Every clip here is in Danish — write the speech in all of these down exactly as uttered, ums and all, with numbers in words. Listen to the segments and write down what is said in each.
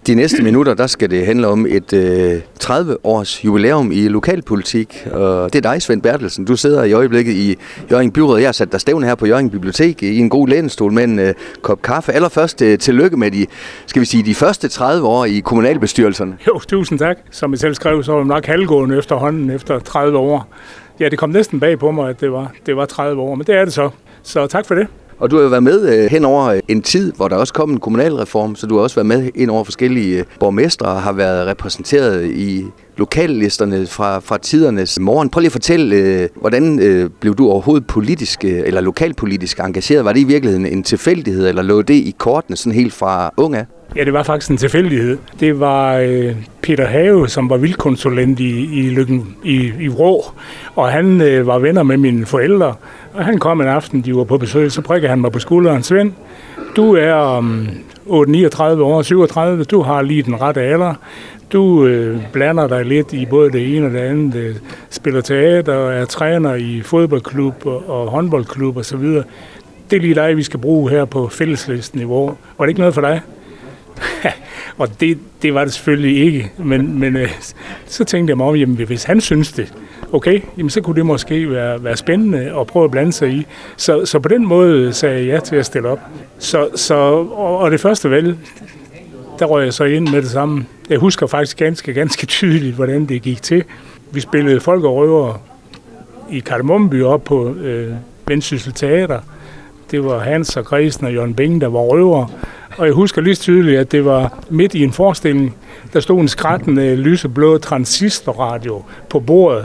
De næste minutter, der skal det handle om et øh, tredive års jubilæum i lokalpolitik, og det er dig, Svend Bertelsen. Du sidder i øjeblikket i Hjørring Byråd. Jeg har sat dig stævne her på Hjørring Bibliotek i en god lænestol med en øh, kop kaffe. Allerførst øh, tillykke med de, skal vi sige, de første tredive år i kommunalbestyrelserne. Jo, tusind tak. Som jeg selv skrev, så var det nok halvgående efterhånden efter tredive år. Ja, det kom næsten bag på mig, at det var, det var tredive år, men det er det så. Så tak for det. Og du har jo været med øh, hen over en tid, hvor der også kom en kommunalreform, så du har også været med ind over forskellige øh, borgmestre og har været repræsenteret i lokallisterne fra, fra tidernes morgen. Prøv lige at fortælle, øh, hvordan øh, blev du overhovedet politisk øh, eller lokalpolitisk engageret? Var det i virkeligheden en tilfældighed, eller lå det i kortene sådan helt fra ung af? Ja, det var faktisk en tilfældighed. Det var øh, Peter Have, som var vildkonsulent i, i, Lykken, i, i Vrå, og han øh, var venner med mine forældre. Og han kom en aften, de var på besøg, så prikker han mig på skulderen. Svend, du er um, otte niogtredive år, syvogtredive, du har lige den rette alder. Du øh, blander dig lidt i både det ene og det andet. Øh, spiller teater og er træner i fodboldklub og, og håndboldklub osv. Det er lige dig, vi skal bruge her på fælleslisten i Vrå. Var det ikke noget for dig? Og det, det var det selvfølgelig ikke, men, men øh, så tænkte jeg mig om, jamen, hvis han synes det, okay, jamen, så kunne det måske være, være spændende at prøve at blande sig i. Så, så på den måde sagde jeg ja til at stille op. Så, så, og, og det første valg, der røg jeg så ind med det samme. Jeg husker faktisk ganske, ganske tydeligt, hvordan det gik til. Vi spillede Folk og Røver i Kardemommeby op på øh, Vendsyssel Teater. Det var Hans og Græsen og Jørgen Bing, der var røver. Og jeg husker lige tydeligt, at det var midt i en forestilling, der stod en skrættende lyseblå transistorradio på bordet,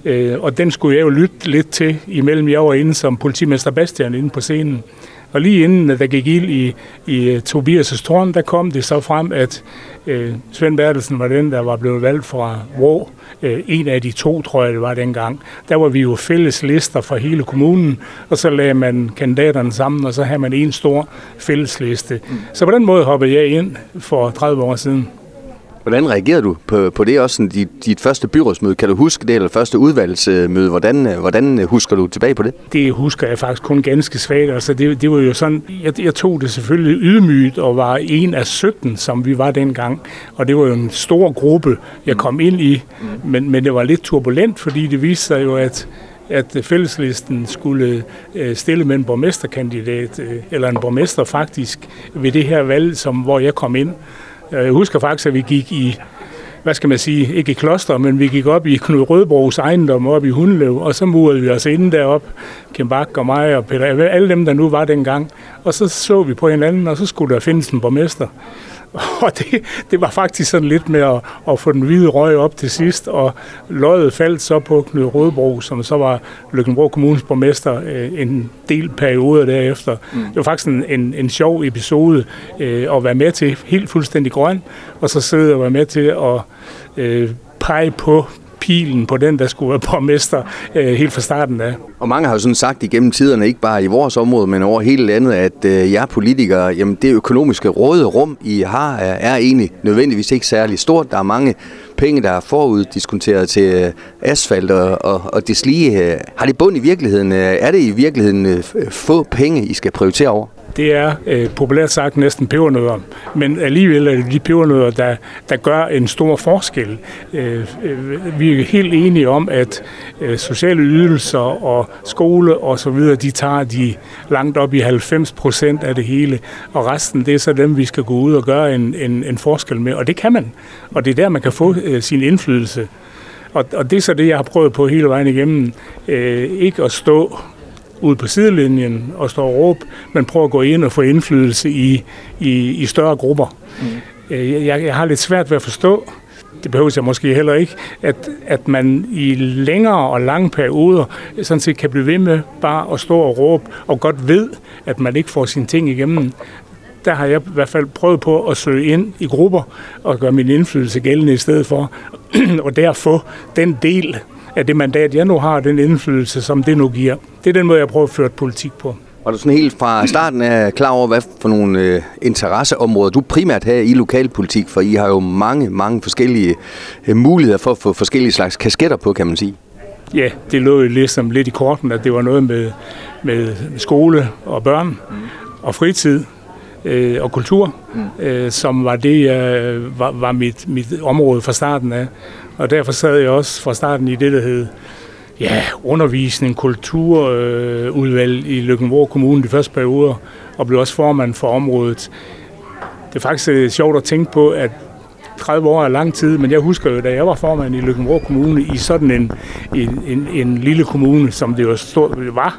og den skulle jeg jo lytte lidt til, imellem jeg var inde som politimester Bastian inde på scenen. Og lige inden der gik ild i, i Tobias' tårn, der kom det så frem, at øh, Svend Bertelsen var den, der var blevet valgt fra Vrå. Øh, en af de to, tror jeg det var dengang. Der var vi jo fælles lister fra hele kommunen, og så lagde man kandidaterne sammen, og så havde man en stor fællesliste. Mm. Så på den måde hoppede jeg ind for tredive år siden. Hvordan reagerede du på, på det også, sådan dit, dit første byrådsmøde? Kan du huske det, eller første udvalgsmøde? Hvordan, hvordan husker du tilbage på det? Det husker jeg faktisk kun ganske svagt. Altså det, det var jo sådan, jeg, jeg tog det selvfølgelig ydmygt og var en af sytten, som vi var dengang. Og det var jo en stor gruppe, jeg kom ind i. Men, men det var lidt turbulent, fordi det viste sig jo, at at fælleslisten skulle stille med en borgmesterkandidat, eller en borgmester faktisk, ved det her valg, som, hvor jeg kom ind. Jeg husker faktisk, at vi gik i, hvad skal man sige, ikke i kloster, men vi gik op i Knud Rødbrogs ejendom op i Hundelev, og så murede vi os inde derop, Kim Bak og mig og Peter, alle dem, der nu var dengang. Og så så vi på hinanden, og så skulle der findes en borgmester. Og det, det var faktisk sådan lidt med at, at få den hvide røg op til sidst, og loddet faldt så på Knud Rødbro, som så var Løkken-Vrå Kommunes borgmester en del perioder derefter. Mm. Det var faktisk en, en, en sjov episode øh, at være med til, helt fuldstændig grøn, og så sidde og være med til at øh, pege på pilen på den, der skulle være borgmester øh, helt fra starten af. Og mange har jo sådan sagt igennem tiderne, ikke bare i vores område, men over hele landet, at øh, jer politikere, jamen det økonomiske råderum, I har, er, er egentlig nødvendigvis ikke særlig stort. Der er mange penge, der er foruddiskonteret til øh, asfalt og, og, og deslige. Har det bund i virkeligheden? Er det i virkeligheden øh, få penge, I skal prioritere over? Det er øh, populært sagt næsten pebernødder, men alligevel er det de pebernødder, der, der gør en stor forskel. Øh, øh, vi er helt enige om, at øh, sociale ydelser og skole og så videre, de tager de langt op i halvfems procent af det hele, og resten det er så dem, vi skal gå ud og gøre en, en, en forskel med, og det kan man, og det er der, man kan få øh, sin indflydelse. Og, og det er så det, jeg har prøvet på hele vejen igennem. Øh, ikke at stå ude på sidelinjen og stå og råbe, men prøve at gå ind og få indflydelse i, i, i større grupper. Mm. Jeg, jeg har lidt svært ved at forstå, det behøver jeg måske heller ikke, at, at man i længere og lange perioder sådan set kan blive ved med bare at stå og råbe, og godt ved, at man ikke får sine ting igennem. Der har jeg i hvert fald prøvet på at søge ind i grupper og gøre min indflydelse gældende i stedet for, og der få den del af det mandat, jeg nu har, den indflydelse, som det nu giver. Det er den måde, jeg prøver at føre politik på. Var du sådan helt fra starten af klar over, hvad for nogle øh, interesseområder du primært har i lokalpolitik, for I har jo mange, mange forskellige øh, muligheder for at få forskellige slags kasketter på, kan man sige. Ja, det lå jo ligesom lidt i korten, at det var noget med, med skole og børn mm. og fritid. øh, og kultur, mm. øh, som var det, øh, var, var mit, mit område fra starten af. Og derfor sad jeg også fra starten i det, der hed ja, undervisning, kulturudvalg øh, i Løkken-Vrå Kommune de første perioder, og blev også formand for området. Det er faktisk øh, sjovt at tænke på, at tredive år er lang tid, men jeg husker jo, da jeg var formand i Løkken-Vrå Kommune, i sådan en, en, en, en lille kommune, som det jo stort var,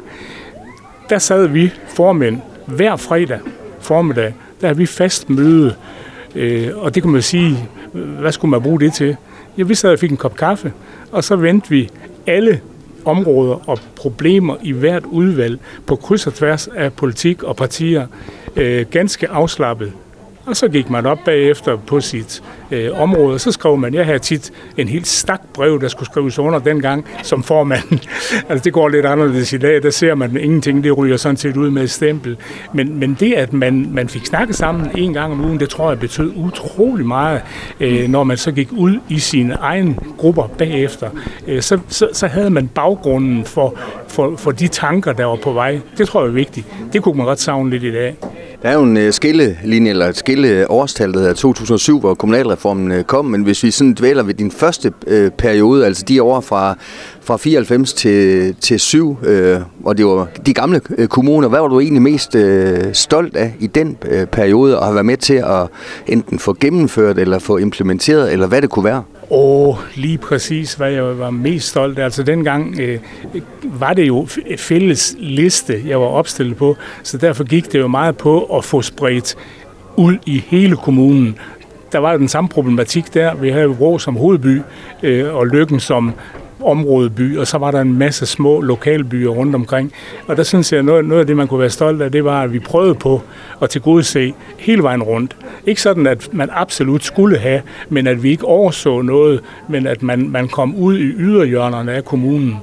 der sad vi formænd hver fredag formiddag, der havde vi fast møde, øh, og det kunne man sige, hvad skulle man bruge det til? Ja, vi sad og fik en kop kaffe, og så vendte vi alle områder og problemer i hvert udvalg på kryds og tværs af politik og partier øh, ganske afslappet. Og så gik man op bagefter på sit øh, område, og så skrev man, jeg havde tit en helt stak brev, der skulle skrives under dengang som formand. Altså det går lidt anderledes i dag, der ser man ingenting, det ryger sådan set ud med et stempel. Men, men det, at man, man fik snakket sammen en gang om ugen, det tror jeg betød utrolig meget, øh, når man så gik ud i sine egne grupper bagefter. Øh, så, så, så havde man baggrunden for, for, for de tanker, der var på vej. Det tror jeg er vigtigt. Det kunne man godt savne lidt i dag. Der er jo en skillelinje, eller et skilleårstal, der hedder to tusind og syv, hvor kommunalreformen kom, men hvis vi sådan dvæler ved din første øh, periode, altså de år fra, fra fireoghalvfems til, til syv, øh, og det var de gamle øh, kommuner, hvad var du egentlig mest øh, stolt af i den øh, periode, og have været med til at enten få gennemført, eller få implementeret, eller hvad det kunne være? Og lige præcis, hvad jeg var mest stolt af. Altså dengang øh, var det jo et fælles liste, jeg var opstillet på, så derfor gik det jo meget på at få spredt ud i hele kommunen. Der var jo den samme problematik der. Vi havde Vrå som hovedby øh, og Løkken som områdeby, og så var der en masse små lokalbyer rundt omkring. Og der synes jeg, at noget, noget af det, man kunne være stolt af, det var, at vi prøvede på at tilgodese hele vejen rundt. Ikke sådan, at man absolut skulle have, men at vi ikke overså noget, men at man, man kom ud i yderhjørnerne af kommunen.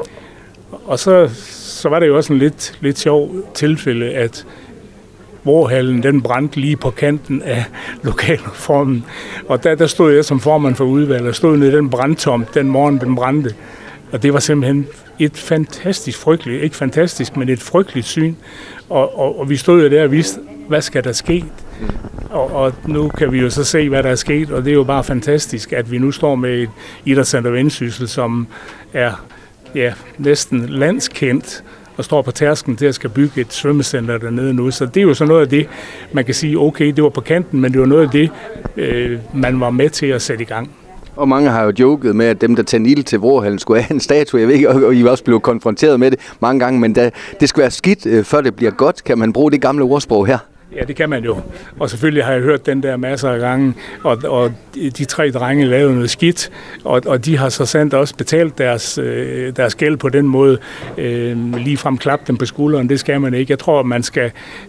Og så, så var det jo også en lidt, lidt sjov tilfælde, at Vråhallen, den brændte lige på kanten af lokalreformen. Og der, der stod jeg som formand for udvalget og stod nede i den brandtomt den morgen, den brændte. Og det var simpelthen et fantastisk frygteligt, ikke fantastisk, men et frygteligt syn. Og, og, og vi stod jo der og vidste, hvad skal der ske? Og, og nu kan vi jo så se, hvad der er sket, og det er jo bare fantastisk, at vi nu står med et idrætscenter Vendsyssel, som er ja, næsten landskendt, og står på tærsklen til at skal bygge et svømmecenter dernede nu. Så det er jo så noget af det, man kan sige, okay, det var på kanten, men det var noget af det, øh, man var med til at sætte i gang. Og mange har jo joket med, at dem, der tændte ild til Vråhallen, skulle have en statue. Jeg ved ikke, og I også blev konfronteret med det mange gange, men da, det skal være skidt, øh, før det bliver godt. Kan man bruge det gamle ordsprog her? Ja, det kan man jo. Og selvfølgelig har jeg hørt den der masser af gange, og, og de tre drenge lavede noget skidt, og, og de har så sandt også betalt deres, øh, deres gæld på den måde, øh, lige frem klappe dem på skulderen. Det skal man ikke. Jeg tror, man skal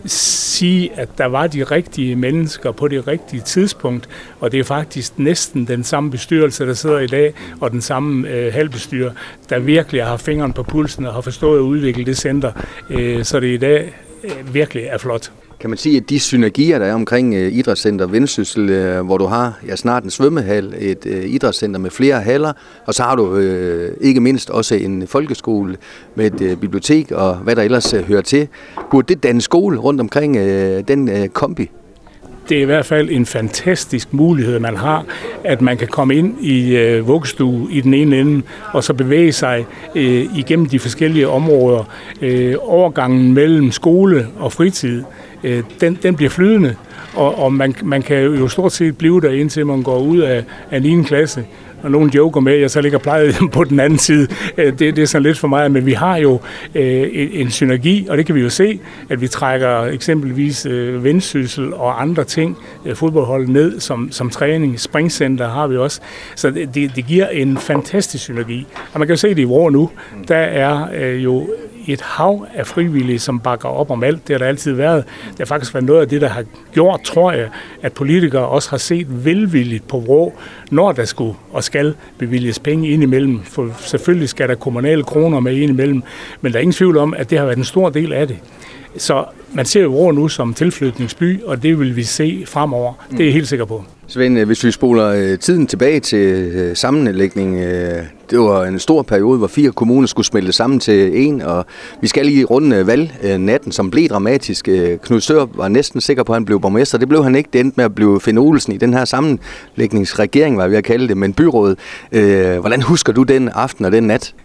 sige, at der var de rigtige mennesker på det rigtige tidspunkt, og det er faktisk næsten den samme bestyrelse, der sidder i dag, og den samme øh, halvbestyrer, der virkelig har fingeren på pulsen og har forstået at udvikle det center, øh, så det i dag øh, virkelig er flot. Kan man sige, at de synergier, der er omkring uh, idrætscenter Vendsyssel, uh, hvor du har ja, snart en svømmehal, et uh, idrætscenter med flere haller, og så har du uh, ikke mindst også en folkeskole med et uh, bibliotek og hvad der ellers uh, hører til. Burde det danne skole rundt omkring uh, den uh, kombi? Det er i hvert fald en fantastisk mulighed, man har, at man kan komme ind i øh, vuggestue i den ene ende, og så bevæge sig øh, igennem de forskellige områder. Øh, overgangen mellem skole og fritid, øh, den, den bliver flydende, og, og man, man kan jo stort set blive der, indtil man går ud af, af niende klasse. Og nogen joker med, at jeg så ligger plejet på den anden side. Det, det er sådan lidt for meget, men vi har jo øh, en synergi, og det kan vi jo se, at vi trækker eksempelvis øh, Vendsyssel og andre ting, øh, fodboldhold ned som, som træning. Springcenter har vi også. Så det, det giver en fantastisk synergi. Og man kan jo se det i Vrå nu. Der er øh, jo et hav af frivillige, som bakker op om alt. Det har der altid været. Det har faktisk været noget af det, der har gjort, tror jeg, at politikere også har set velvilligt på Vrå, når der skulle og skal bevilges penge indimellem. For selvfølgelig skal der kommunale kroner med indimellem, men der er ingen tvivl om, at det har været en stor del af det. Så man ser jo Vrå nu som tilflytningsby, og det vil vi se fremover. Det er jeg helt sikker på. Svend, hvis vi spoler tiden tilbage til sammenlægningen det var en stor periode, hvor fire kommuner skulle smelte sammen til en, og vi skal lige runde valgnatten, som blev dramatisk. Knud Størup var næsten sikker på, at han blev borgmester. Det blev han ikke. Det endte med at blive Finn Olsen i den her sammenlægningsregering, var vi at kalde det, men byrådet. Hvordan husker du den aften og den nat?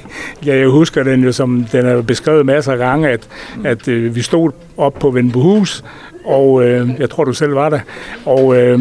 Ja, jeg husker den jo, som den er beskrevet masser af gange, at, at øh, vi stod op på Vindbohus, og øh, jeg tror, du selv var der, og øh,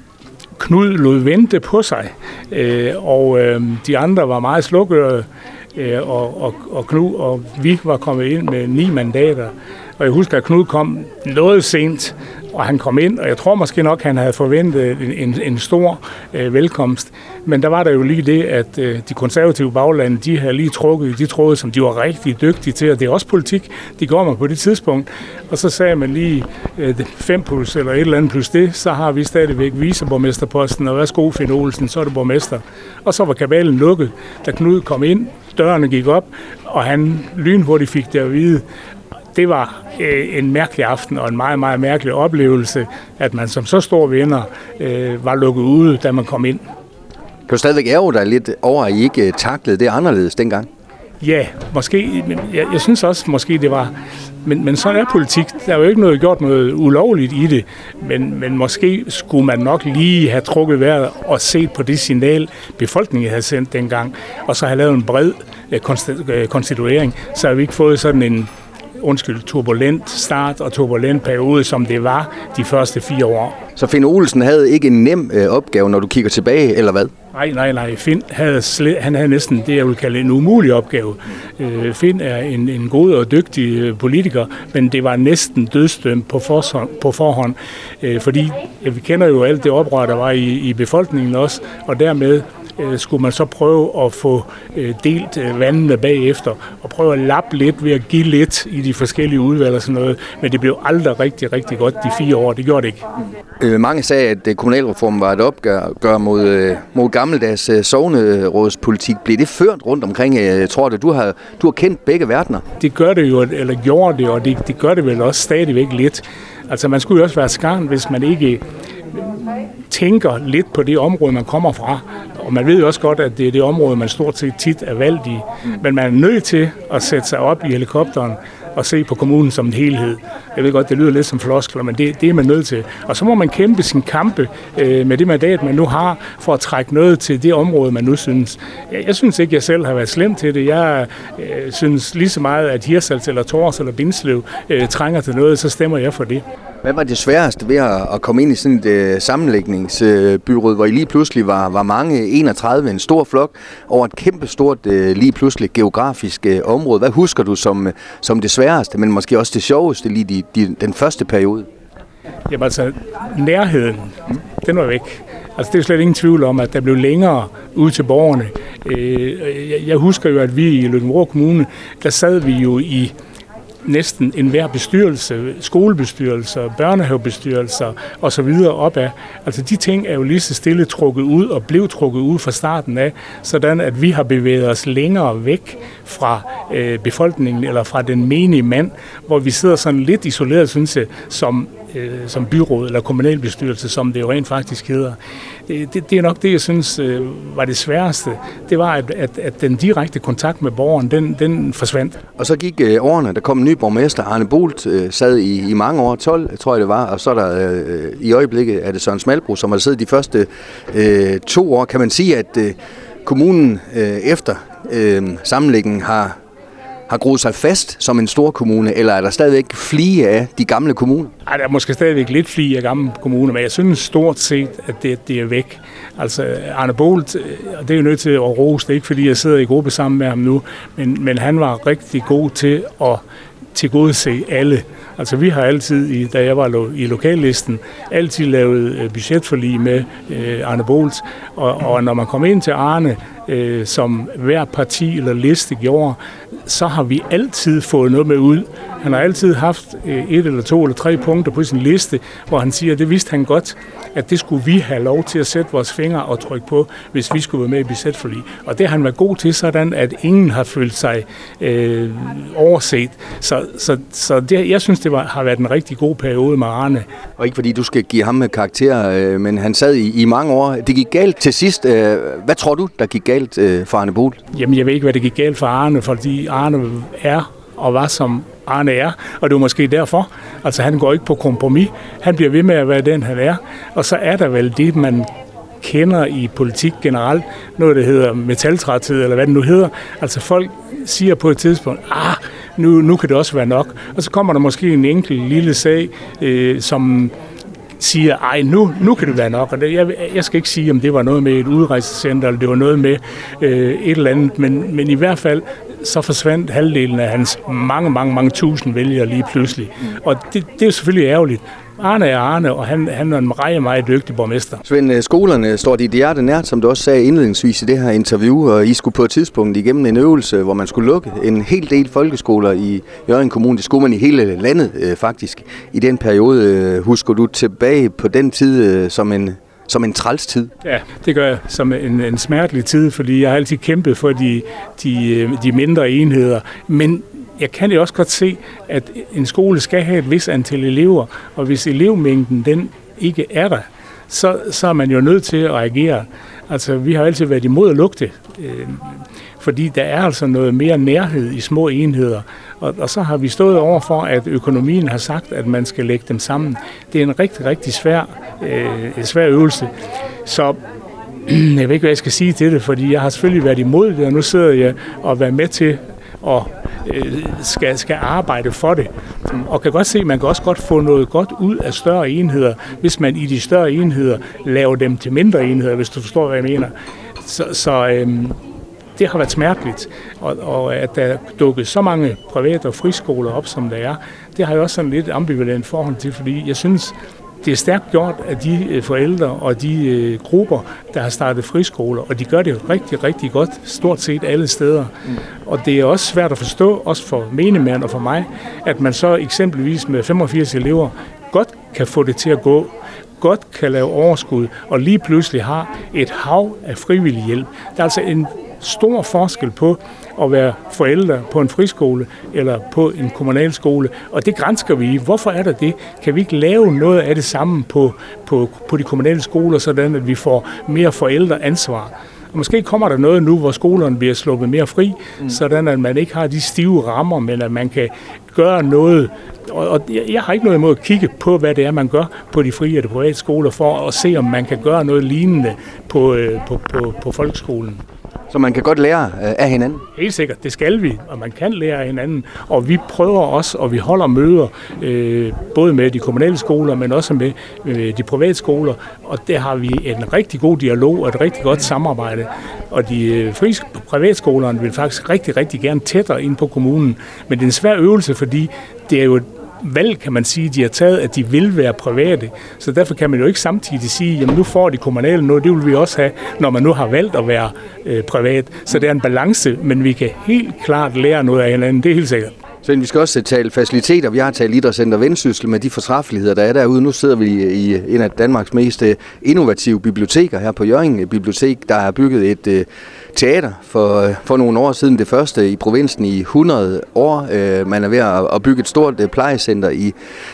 Knud lod vente på sig, øh, og øh, de andre var meget slukørede, øh, og, og, og Knud og vi var kommet ind med ni mandater, og jeg husker, at Knud kom noget sent, og han kom ind, og jeg tror måske nok, han havde forventet en, en, en stor øh, velkomst. Men der var der jo lige det, at øh, de konservative baglande, de havde lige trukket de tråde, som de var rigtig dygtige til, og det er også politik, de går man på det tidspunkt. Og så sagde man lige øh, fem plus eller et eller andet plus det, så har vi stadigvæk viceborgmesterposten, og værsgo Finn Olsen, så er det borgmester. Og så var kabalen lukket, da Knud kom ind, dørene gik op, og han lynhurtigt fik det at vide. Det var øh, en mærkelig aften og en meget, meget mærkelig oplevelse, at man som så stor vinder øh, var lukket ude, da man kom ind. Kan du stadigvæk ærge dig lidt over, at I ikke taklede det anderledes dengang? Ja, måske. Men jeg, jeg synes også, måske det var... Men, men sådan er politik. Der er jo ikke noget gjort noget ulovligt i det, men, men måske skulle man nok lige have trukket vejret og set på det signal, befolkningen havde sendt dengang, og så have lavet en bred øh, konstituering, så har vi ikke fået sådan en undskyld, turbulent start og turbulent periode, som det var de første fire år. Så Finn Olsen havde ikke en nem øh, opgave, når du kigger tilbage, eller hvad? Nej, nej, nej. Finn havde, slet, han havde næsten det, jeg vil kalde en umulig opgave. Øh, Finn er en, en god og dygtig øh, politiker, men det var næsten dødsdømt på forhånd, på forhånd øh, fordi ja, vi kender jo alt det oprør, der var i, i befolkningen også, og dermed skulle man så prøve at få delt vandene bagefter, og prøve at lappe lidt ved at give lidt i de forskellige udvalg og sådan noget, men det blev aldrig rigtig, rigtig godt de fire år. Det gjorde det ikke. Mange sagde, at kommunalreformen var et opgør mod, mod gammeldags sognerådspolitik. Blev det ført rundt omkring? Jeg tror det, du har, du har kendt begge verdener. Det gør det jo, eller gjorde det, og det, det gør det vel også stadigvæk lidt. Altså man skulle jo også være skarn, hvis man ikke tænker lidt på det område, man kommer fra. Og man ved jo også godt, at det er det område, man stort set tit er valgt i. Men man er nødt til at sætte sig op i helikopteren og se på kommunen som en helhed. Jeg ved godt, det lyder lidt som floskler, men det, det er man nødt til. Og så må man kæmpe sin kampe øh, med det mandat, man nu har, for at trække noget til det område, man nu synes. Jeg, jeg synes ikke, jeg selv har været slem til det. Jeg øh, synes lige så meget, at Hirtshals eller Tårs eller Bindslev øh, trænger til noget, så stemmer jeg for det. Hvad var det sværeste ved at komme ind i sådan et uh, sammenlægningsbyråd, hvor I lige pludselig var, var mange, enogtredive, en stor flok, over et kæmpestort, uh, lige pludselig geografisk uh, område? Hvad husker du som, uh, som det sværeste, men måske også det sjoveste lige de, de, den første periode? Jamen altså, nærheden, den var væk. Altså det er slet ingen tvivl om, at der blev længere ud til borgerne. Uh, jeg husker jo, at vi i Løkken-Vrå Kommune, der sad vi jo i næsten enhver bestyrelse, skolebestyrelser, børnehavebestyrelser og så videre opad. Altså de ting er jo lige så stille trukket ud og blev trukket ud fra starten af, sådan at vi har bevæget os længere væk fra øh, befolkningen eller fra den menige mand, hvor vi sidder sådan lidt isoleret, synes jeg, som øh, som byråd eller kommunalbestyrelse, som det jo rent faktisk hedder. Det, det, det er nok det, jeg synes øh, var det sværeste. Det var, at, at, at den direkte kontakt med borgeren, den, den forsvandt. Og så gik øh, årene, der kom en ny borgmester, Arne Boelt, øh, sad i, i mange år, tolv tror jeg det var, og så er der øh, i øjeblikket er det Søren Smalbro, som har siddet de første øh, to år. Kan man sige, at øh, kommunen øh, efter øh, sammenlægningen har har groet sig fast som en stor kommune, eller er der stadigvæk flige af de gamle kommuner? Ej, der er måske stadigvæk lidt flige af gamle kommuner, men jeg synes stort set, at det, det er væk. Altså Arne Boelt, og det er jo nødt til at rose, det er ikke fordi jeg sidder i gruppe sammen med ham nu, men, men han var rigtig god til at tilgodese alle. Altså vi har altid, da jeg var i lokallisten, altid lavet budgetforlig med Arne Boelt, og, og når man kom ind til Arne, øh, som hver parti eller liste gjorde, så har vi altid fået noget med ud. Han har altid haft øh, et eller to eller tre punkter på sin liste, hvor han siger, at det vidste han godt, at det skulle vi have lov til at sætte vores fingre og trykke på, hvis vi skulle være med i budgetforlig. Og det har han været god til, sådan at ingen har følt sig øh, overset. Så, så, så det, jeg synes, det var, har været en rigtig god periode med Arne. Og ikke fordi du skal give ham karakter, øh, men han sad i, i mange år. Det gik galt til sidst. Øh, hvad tror du, der gik galt? galt øh, for Arne Bohl? Jamen, jeg ved ikke, hvad det gik galt for Arne, fordi Arne er og var som Arne er, og det var måske derfor. Altså, han går ikke på kompromis. Han bliver ved med at være den, han er. Og så er der vel det, man kender i politik generelt, noget, der hedder metaltræthed, eller hvad det nu hedder. Altså, folk siger på et tidspunkt, ah, nu, nu kan det også være nok. Og så kommer der måske en enkelt lille sag, øh, som siger, ej, nu, nu kan det være nok. Og det, jeg, jeg skal ikke sige, om det var noget med et udrejsecenter, eller det var noget med øh, et eller andet, men, men i hvert fald, så forsvandt halvdelen af hans mange, mange, mange tusind vælgere lige pludselig. Og det, det er jo selvfølgelig ærgerligt. Arne er Arne, og han, han er en meget, meget dygtig borgmester. Svend, skolerne står dit hjerte nært, som du også sagde indledningsvis i det her interview, og I skulle på et tidspunkt igennem en øvelse, hvor man skulle lukke en hel del folkeskoler i Hjørring Kommune. Det skulle man i hele landet øh, faktisk. I den periode øh, husker du tilbage på den tid øh, som en Som en træls tid? Ja, det gør jeg som en, en smertelig tid, fordi jeg har altid kæmpet for de, de, de mindre enheder. Men jeg kan jo også godt se, at en skole skal have et vis antal elever, og hvis elevmængden den ikke er der, så, så er man jo nødt til at reagere. Altså, vi har altid været imod at lukke det, øh, fordi der er altså noget mere nærhed i små enheder. Og, og så har vi stået over for, at økonomien har sagt, at man skal lægge dem sammen. Det er en rigtig, rigtig svær, øh, svær øvelse. Så jeg ved ikke, hvad jeg skal sige til det, fordi jeg har selvfølgelig været imod det, og nu sidder jeg og været med til at øh, skal, skal arbejde for det. Og kan godt se, at man kan også godt få noget godt ud af større enheder, hvis man i de større enheder laver dem til mindre enheder, hvis du forstår, hvad jeg mener. Så, så øh, det har været smerteligt, og, og at der dukkede så mange private og friskoler op, som der er, det har jeg også sådan lidt ambivalent forhold til, fordi jeg synes, det er stærkt gjort af de forældre og de øh, grupper, der har startet friskoler, og de gør det jo rigtig, rigtig godt, stort set alle steder. Mm. Og det er også svært at forstå, også for menigmand og for mig, at man så eksempelvis med femogfirs elever godt kan få det til at gå, godt kan lave overskud, og lige pludselig har et hav af frivillig hjælp. Der er altså en stor forskel på at være forældre på en friskole eller på en kommunal skole, og det gransker vi i. Hvorfor er der det? Kan vi ikke lave noget af det samme på, på, på de kommunale skoler, sådan at vi får mere forældreansvar? Og måske kommer der noget nu, hvor skolerne bliver sluppet mere fri, mm. sådan at man ikke har de stive rammer, men at man kan gøre noget. Og, og jeg har ikke noget imod at kigge på, hvad det er, man gør på de frie og de private skoler, for at se, om man kan gøre noget lignende på, på, på, på folkeskolen. Så man kan godt lære af hinanden? Helt sikkert, det skal vi, og man kan lære af hinanden. Og vi prøver også, og vi holder møder, øh, både med de kommunale skoler, men også med øh, de private skoler. Og der har vi en rigtig god dialog og et rigtig godt samarbejde. Og de øh, frie privatskolerne vil faktisk rigtig, rigtig gerne tættere ind på kommunen. Men det er en svær øvelse, fordi det er jo valg, kan man sige, de har taget, at de vil være private. Så derfor kan man jo ikke samtidig sige, jamen nu får de kommunale noget, det vil vi også have, når man nu har valgt at være øh, privat. Så det er en balance, men vi kan helt klart lære noget af hinanden, det er helt sikkert. Så vi skal også tale faciliteter. Vi har talt Idrætscenter Vendsyssel med de fortræffeligheder, der er derude. Nu sidder vi i en af Danmarks mest innovative biblioteker her på Hjørring Bibliotek. Der er bygget et teater for, for nogle år siden, det første i provinsen i hundrede år. Man er ved at bygge et stort plejecenter i,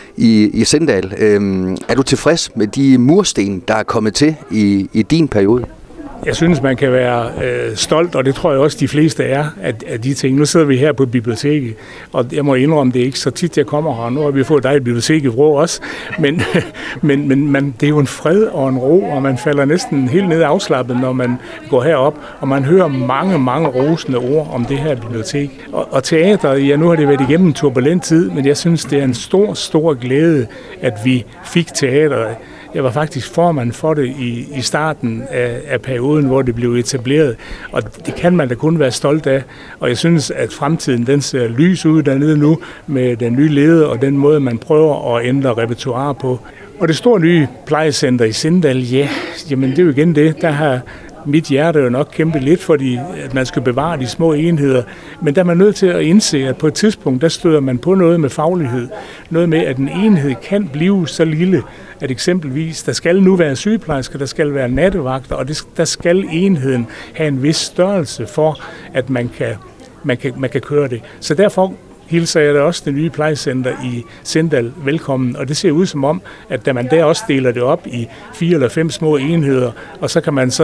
i, i Sindal. Er du tilfreds med de mursten, der er kommet til i, i din periode? Jeg synes, man kan være øh, stolt, og det tror jeg også, de fleste er, af, af de ting. Nu sidder vi her på biblioteket, og jeg må indrømme, det er ikke så tit, jeg kommer her. Nu har vi fået dig et bibliotek i Vrå også, men, men, men man, det er jo en fred og en ro, og man falder næsten helt ned afslappet, når man går herop, og man hører mange, mange rosende ord om det her bibliotek. Og, og teateret, ja, nu har det været igennem en turbulent tid, men jeg synes, det er en stor, stor glæde, at vi fik teateret. Jeg var faktisk formand for det i, i starten af, af perioden, hvor det blev etableret, og det kan man da kun være stolt af. Og jeg synes, at fremtiden den ser lys ud dernede nu med den nye leder og den måde, man prøver at ændre repertoire på. Og det store nye plejecenter i Sindal, ja, jamen det er jo igen det, der har mit hjerte jo nok kæmpet lidt, fordi at man skal bevare de små enheder. Men der er man nødt til at indse, at på et tidspunkt, der støder man på noget med faglighed. Noget med, at en enhed kan blive så lille, at eksempelvis, der skal nu være sygeplejersker, der skal være nattevagter, og det, der skal enheden have en vis størrelse for, at man kan, man kan, man kan køre det. Så derfor hilser jeg da også det nye plejecenter i Sindal velkommen, og det ser ud som om, at da man der også deler det op i fire eller fem små enheder, og så kan man så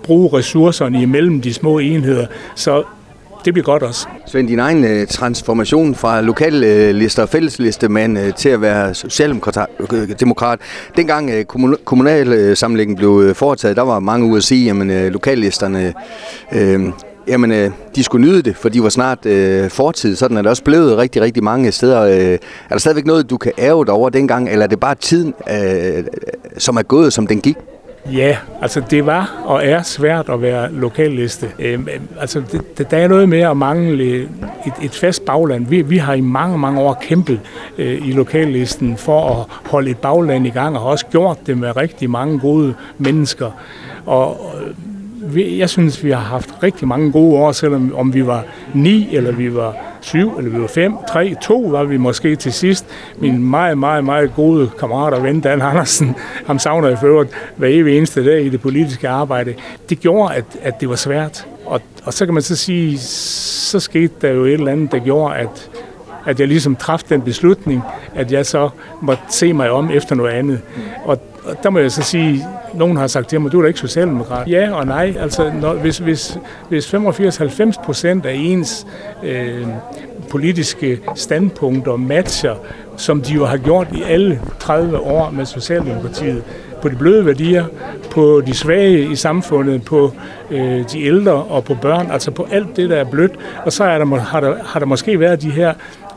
bruge ressourcerne imellem de små enheder. Så det bliver godt også. Svend, din egen øh, transformation fra lokallister og fælleslistement øh, til at være socialdemokrat. Dengang øh, kommun- kommunalsammenlægningen blev øh, foretaget, der var mange ude at sige, at øh, lokallisterne øh, jamen, øh, de skulle nyde det, for de var snart øh, fortid. Sådan er det også blevet rigtig, rigtig mange steder. Øh, er der stadigvæk noget, du kan ærge dig over dengang, eller er det bare tiden, øh, som er gået, som den gik? Ja, altså det var og er svært at være lokalliste. Øhm, altså det, der er noget med at mangle et, et fast bagland. Vi, vi har i mange, mange år kæmpet øh, i lokallisten for at holde et bagland i gang, og har også gjort det med rigtig mange gode mennesker. Og vi, jeg synes, vi har haft rigtig mange gode år, selvom om vi var ni, eller vi var syv, eller vi var fem, tre, to var vi måske til sidst. Min meget, meget, meget gode kammerat og ven, Dan Andersen, ham savner jeg for øvrigt hver evig eneste dag i det politiske arbejde. Det gjorde, at, at det var svært. Og, og så kan man så sige, så skete der jo et eller andet, der gjorde, at, at jeg ligesom traf den beslutning, at jeg så måtte se mig om efter noget andet. Og Og der må jeg så sige, nogen har sagt til mig, du er da ikke socialdemokrat. Ja og nej. Altså, når, hvis, hvis, hvis femogfirs til halvfems procent af ens øh, politiske standpunkter matcher, som de jo har gjort i alle tredive år med Socialdemokratiet, på de bløde værdier, på de svage i samfundet, på øh, de ældre og på børn, altså på alt det, der er blødt. Og så er der, har, der, har der måske været de her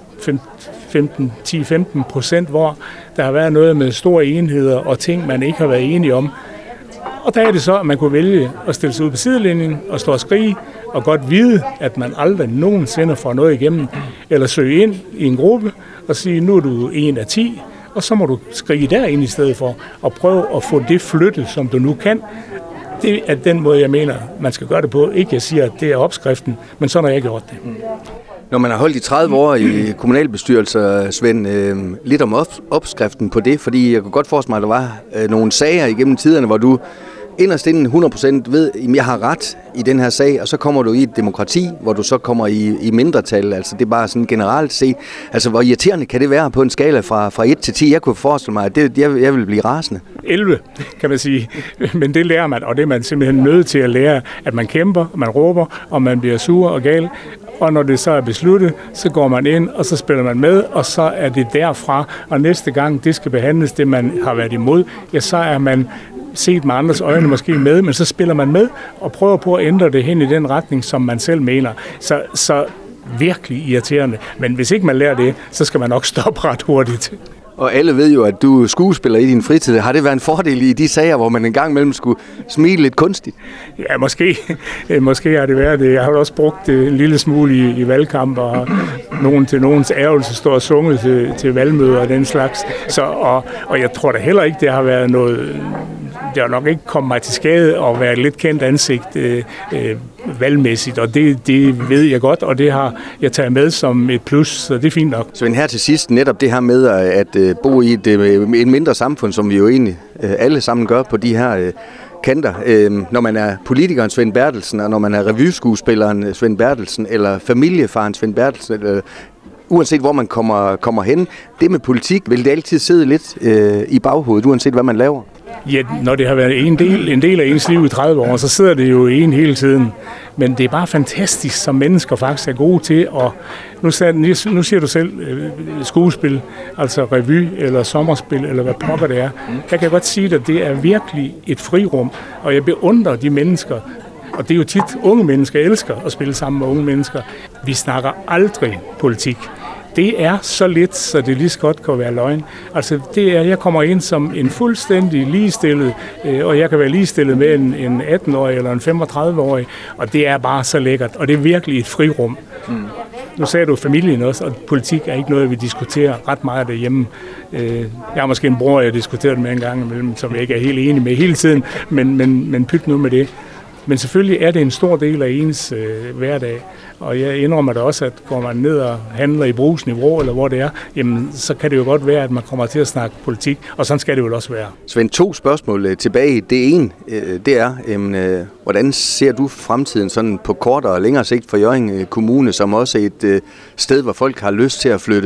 femten til femten procent, hvor der har været noget med store enheder og ting, man ikke har været enige om. Og der er det så, at man kunne vælge at stille sig ud på sidelinjen og stå og skrige, og godt vide, at man aldrig nogensinde får noget igennem, eller søge ind i en gruppe og sige, nu er du en af ti, og så må du skrige derind i stedet for, og prøve at få det flyttet, som du nu kan. Det er den måde, jeg mener, man skal gøre det på. Ikke jeg siger, at det er opskriften, men sådan har jeg gjort det. Når man har holdt i tredive år i kommunalbestyrelser, Svend, øh, lidt om op- opskriften på det, fordi jeg kunne godt forestille mig, at der var øh, nogle sager igennem tiderne, hvor du inderst inden hundrede procent ved, at jeg har ret i den her sag, og så kommer du i et demokrati, hvor du så kommer i, i mindretal. Altså det er bare sådan generelt set. Altså hvor irriterende kan det være på en skala fra, fra et til ti? Jeg kunne forestille mig, at det, jeg, jeg vil blive rasende. elleve, kan man sige. Men det lærer man, og det er man simpelthen nødt til at lære, at man kæmper, man råber, og man bliver sur og gal. Og når det så er besluttet, så går man ind, og så spiller man med, og så er det derfra. Og næste gang det skal behandles, det man har været imod, ja, så er man set med andres øjne måske med, men så spiller man med og prøver på at ændre det hen i den retning, som man selv mener. Så, så virkelig irriterende. Men hvis ikke man lærer det, så skal man nok stoppe ret hurtigt. Og alle ved jo, at du er skuespiller i din fritid. Har det været en fordel i de sager, hvor man en gang imellem skulle smile lidt kunstigt? Ja, måske. Måske har det været det. Jeg har også brugt det en lille smule i, i valgkamp, og nogen til nogens ærgelse står og sunget til, til valgmøder og den slags. Så, og, og jeg tror da heller ikke, det har været noget... Det har nok ikke kommet mig til skade at være et lidt kendt ansigt øh, øh, valgmæssigt, og det, det ved jeg godt, og det har jeg taget med som et plus, så det er fint nok. Så her til sidst, netop det her med at øh, bo i et, øh, et mindre samfund, som vi jo egentlig øh, alle sammen gør på de her øh, kanter. Øh, når man er politikeren Svend Bertelsen, og når man er revyskuespilleren Svend Bertelsen, eller familiefaren Svend Bertelsen, eller uanset hvor man kommer, kommer hen, det med politik vil det altid sidde lidt øh, i baghovedet, uanset hvad man laver. Ja, når det har været en del, en del af ens liv i tredive år, så sidder det jo i en hele tiden. Men det er bare fantastisk, som mennesker faktisk er gode til at... Nu, nu siger du selv skuespil, altså revy eller sommerspil, eller hvad pokker det er. Jeg kan godt sige, at det er virkelig et frirum, og jeg beundrer de mennesker. Og det er jo tit, unge mennesker elsker at spille sammen med unge mennesker. Vi snakker aldrig politik. Det er så lidt, så det lige så godt kan være løgn. Altså, det er, jeg kommer ind som en fuldstændig ligestillet, øh, og jeg kan være ligestillet med en, en atten-årig eller en femogtredive-årig, og det er bare så lækkert, og det er virkelig et frirum. Mm. Nu sagde du familien også, og politik er ikke noget, vi diskuterer ret meget derhjemme. Øh, jeg har måske en bror, jeg diskuterer det med en gang imellem, som jeg ikke er helt enig med hele tiden, men, men, men pyt nu med det. Men selvfølgelig er det en stor del af ens øh, hverdag, og jeg indrømmer da også, at går man ned og handler i brugsniveau, eller hvor det er, jamen, så kan det jo godt være, at man kommer til at snakke politik, og sådan skal det jo også være. Svend, to spørgsmål øh, tilbage. Det ene, øh, det er, øh, hvordan ser du fremtiden sådan på kortere og længere sigt for Hjørring Kommune, som også er et øh, sted, hvor folk har lyst til at flytte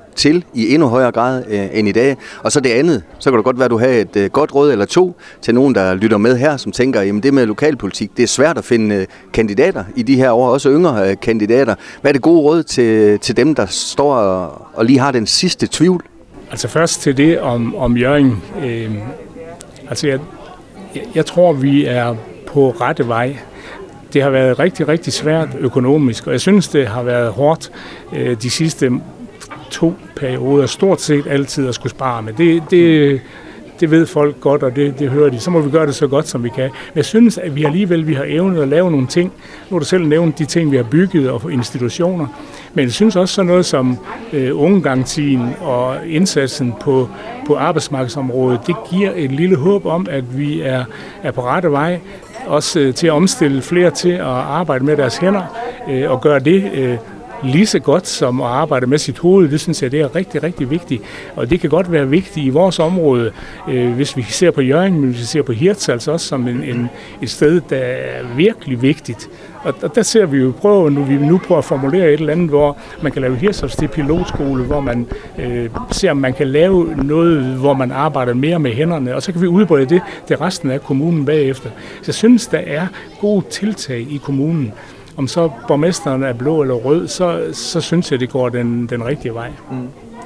til i endnu højere grad øh, end i dag. Og så det andet, så kan det godt være, at du har et øh, godt råd eller to til nogen, der lytter med her, som tænker, jamen det med lokalpolitik, det er svært at finde øh, kandidater i de her år, også yngre øh, kandidater. Hvad er det gode råd til, til dem, der står og, og lige har den sidste tvivl? Altså først til det om, om Hjørring. Øh, altså jeg, jeg tror, vi er på rette vej. Det har været rigtig, rigtig svært økonomisk, og jeg synes, det har været hårdt øh, de sidste to perioder, stort set altid at skulle spare. Men det, det, det ved folk godt, og det, det hører de. Så må vi gøre det så godt, som vi kan. Men jeg synes, at vi alligevel vi har evnet at lave nogle ting. Nu har du selv nævnt de ting, vi har bygget og institutioner. Men jeg synes også sådan noget som øh, ungegarantien og indsatsen på, på arbejdsmarkedsområdet, det giver et lille håb om, at vi er, er på rette vej. Også øh, til at omstille flere til at arbejde med deres hænder øh, og gøre det øh, lige så godt som at arbejde med sit hoved. Det synes jeg, det er rigtig, rigtig vigtigt. Og det kan godt være vigtigt i vores område, øh, hvis vi ser på Hjørring, men hvis vi ser på Hirtshals også som en, en, et sted, der er virkelig vigtigt. Og, og der ser vi jo prøve, nu vi nu prøver at formulere et eller andet, hvor man kan lave Hirtshals til pilotskole, hvor man øh, ser, om man kan lave noget, hvor man arbejder mere med hænderne, og så kan vi udbrede det til resten af kommunen bagefter. Så jeg synes, der er gode tiltag i kommunen. Om så borgmesteren er blå eller rød, så, så synes jeg, det går den, den rigtige vej. Mm.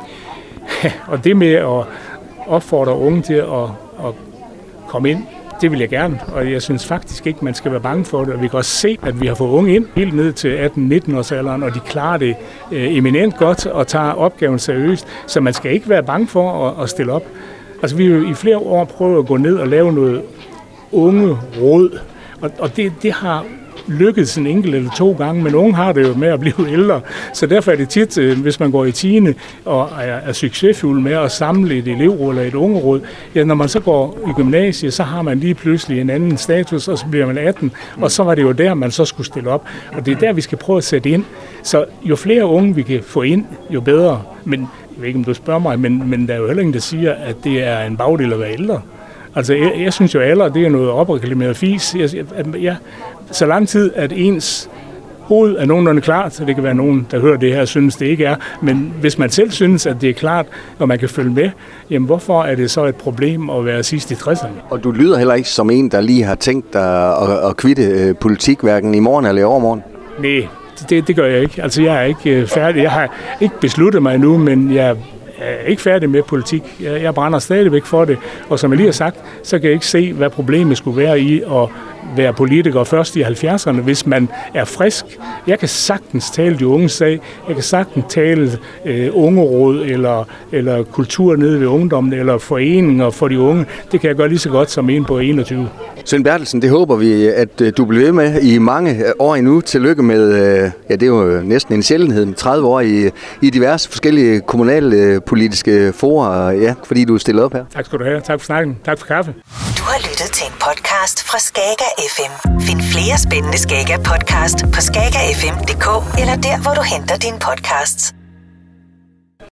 Og det med at opfordre unge til at, at komme ind, det vil jeg gerne, og jeg synes faktisk ikke, man skal være bange for det. Og vi kan også se, at vi har fået unge ind helt ned til atten nitten års alderen, og de klarer det øh, eminent godt og tager opgaven seriøst, så man skal ikke være bange for at, at stille op. Altså vi har jo i flere år prøvet at gå ned og lave noget unge råd, og, og det, det har lykkedes en enkelt eller to gange, men unge har det jo med at blive ældre. Så derfor er det tit, hvis man går i tiende og er, er succesfuld med at samle et elevråd eller et ungeråd, ja, når man så går i gymnasiet, så har man lige pludselig en anden status, og så bliver man atten, og så var det jo der, man så skulle stille op. Og det er der, vi skal prøve at sætte ind. Så jo flere unge vi kan få ind, jo bedre. Men jeg ved ikke, om du spørger mig, men, men der er jo heller ingen, der siger, at det er en bagdel at være ældre. Altså, jeg, jeg synes jo, at alder, det er noget opreklameret fis. Jeg, jeg, jeg, så lang tid, at ens hoved er nogenlunde klart, så det kan være nogen, der hører det her, synes det ikke er. Men hvis man selv synes, at det er klart, og man kan følge med, jamen hvorfor er det så et problem at være sidst i tresserne? Og du lyder heller ikke som en, der lige har tænkt dig at, at kvitte politik, hverken i morgen eller i overmorgen? Nej, det, det gør jeg ikke. Altså, jeg er ikke færdig. Jeg har ikke besluttet mig endnu, men jeg er ikke færdig med politik. Jeg, jeg brænder stadigvæk for det. Og som jeg lige har sagt, så kan jeg ikke se, hvad problemet skulle være i at være politiker først i halvfjerdserne, hvis man er frisk. Jeg kan sagtens tale de unge sag. Jeg kan sagtens tale øh, ungeråd eller, eller kultur nede ved ungdommen eller foreninger for de unge. Det kan jeg gøre lige så godt som en på enogtyve. Svend Bertelsen, det håber vi, at du bliver ved med i mange år endnu. Tillykke med, ja, det er jo næsten en sjældenhed, tredive år i, i diverse forskellige kommunale politiske fora, ja, fordi du er stillet op her. Tak skal du have. Tak for snakken. Tak for kaffe. Du har lyttet til en podcast fra Skager F M. Find flere spændende Skager podcast på skager f m punktum d k eller der, hvor du henter dine podcasts.